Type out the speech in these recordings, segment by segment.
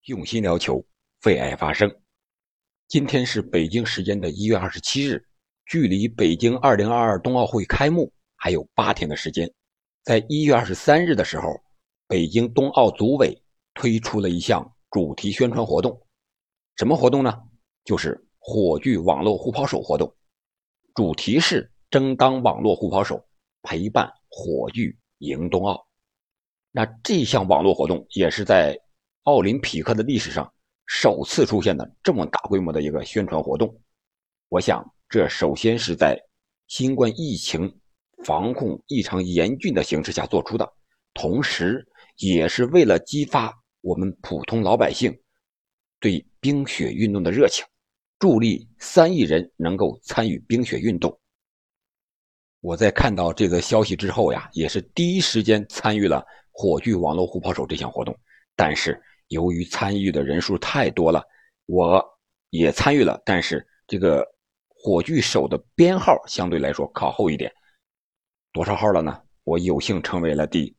用心聊球，为爱发声。今天是北京时间的1月27日，距离北京2022冬奥会开幕还有8天的时间。在1月23日的时候，北京冬奥组委推出了一项主题宣传活动。什么活动呢？就是火炬网络互跑手活动。主题是争当网络互跑手，陪伴火炬迎冬奥。那这项网络活动也是在奥林匹克的历史上首次出现的这么大规模的一个宣传活动。我想这首先是在新冠疫情防控异常严峻的形势下做出的，同时也是为了激发我们普通老百姓对冰雪运动的热情，助力3亿人能够参与冰雪运动。我在看到这个消息之后呀，也是第一时间参与了火炬网络互跑手这项活动。但是由于参与的人数太多了，我也参与了，但是这个火炬手的编号相对来说靠后一点。多少号了呢？我有幸成为了第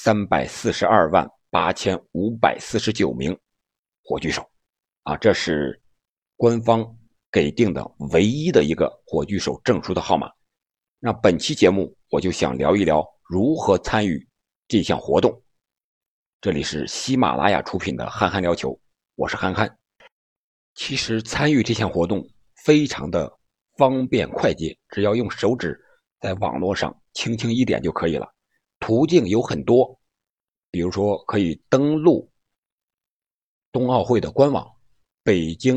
3428549名火炬手啊，这是官方给定的唯一的一个火炬手证书的号码。那本期节目我就想聊一聊如何参与这项活动。这里是喜马拉雅出品的憨憨聊球，我是憨憨。其实参与这项活动非常的方便快捷，只要用手指在网络上轻轻一点就可以了。途径有很多，比如说可以登录冬奥会的官网北京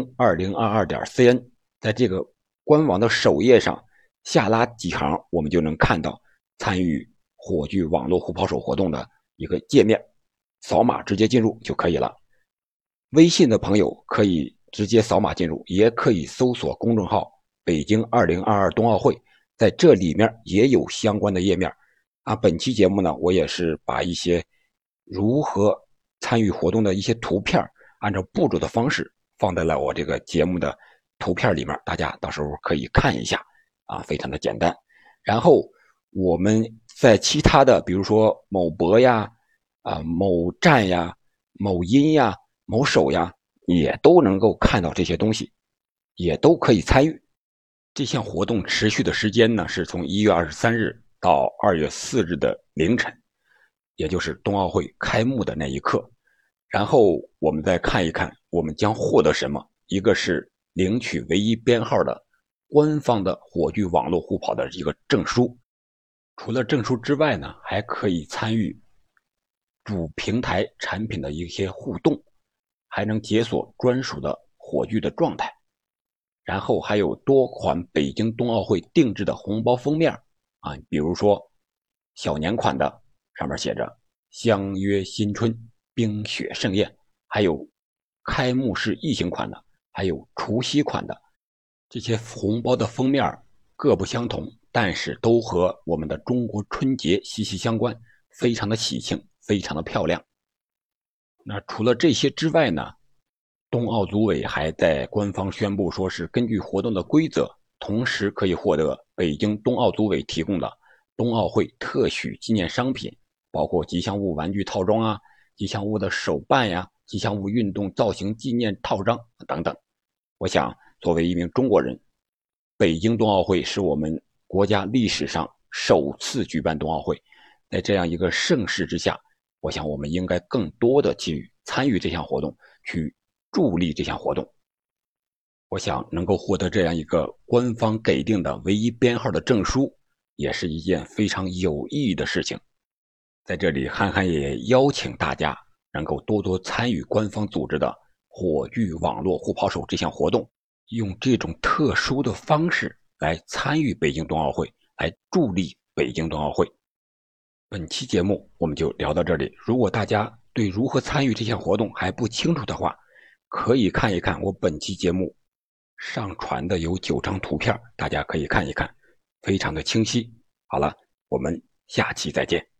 2022.cn， 在这个官网的首页上下拉几行，我们就能看到参与火炬网络互跑手活动的一个界面，扫码直接进入就可以了。微信的朋友可以直接扫码进入，也可以搜索公众号北京2022冬奥会，在这里面也有相关的页面啊。本期节目呢，我也是把一些如何参与活动的一些图片按照步骤的方式放在了我这个节目的图片里面，大家到时候可以看一下啊，非常的简单。然后我们在其他的比如说某博呀某站呀某音呀某手呀也都能够看到这些东西，也都可以参与。这项活动持续的时间呢，是从1月23日到2月4日的凌晨，也就是冬奥会开幕的那一刻。然后我们再看一看我们将获得什么，一个是领取唯一编号的官方的火炬网络互跑的一个证书。除了证书之外呢，还可以参与主平台产品的一些互动，还能解锁专属的火炬的状态。然后还有多款北京冬奥会定制的红包封面啊，比如说小年款的，上面写着相约新春冰雪盛宴，还有开幕式异形款的，还有除夕款的。这些红包的封面各不相同，但是都和我们的中国春节息息相关，非常的喜庆，非常的漂亮。那除了这些之外呢，冬奥组委还在官方宣布说，是根据活动的规则，同时可以获得北京冬奥组委提供的冬奥会特许纪念商品，包括吉祥物玩具套装啊、吉祥物的手办呀、吉祥物运动造型纪念套装等等。我想作为一名中国人，北京冬奥会是我们国家历史上首次举办冬奥会，在这样一个盛世之下，我想我们应该更多的去参与这项活动，去助力这项活动。我想能够获得这样一个官方给定的唯一编号的证书，也是一件非常有意义的事情。在这里，憨憨也邀请大家能够多多参与官方组织的火炬网络互跑手这项活动，用这种特殊的方式来参与北京冬奥会，来助力北京冬奥会。本期节目我们就聊到这里，如果大家对如何参与这项活动还不清楚的话，可以看一看我本期节目上传的有9张图片，大家可以看一看，非常的清晰。好了，我们下期再见。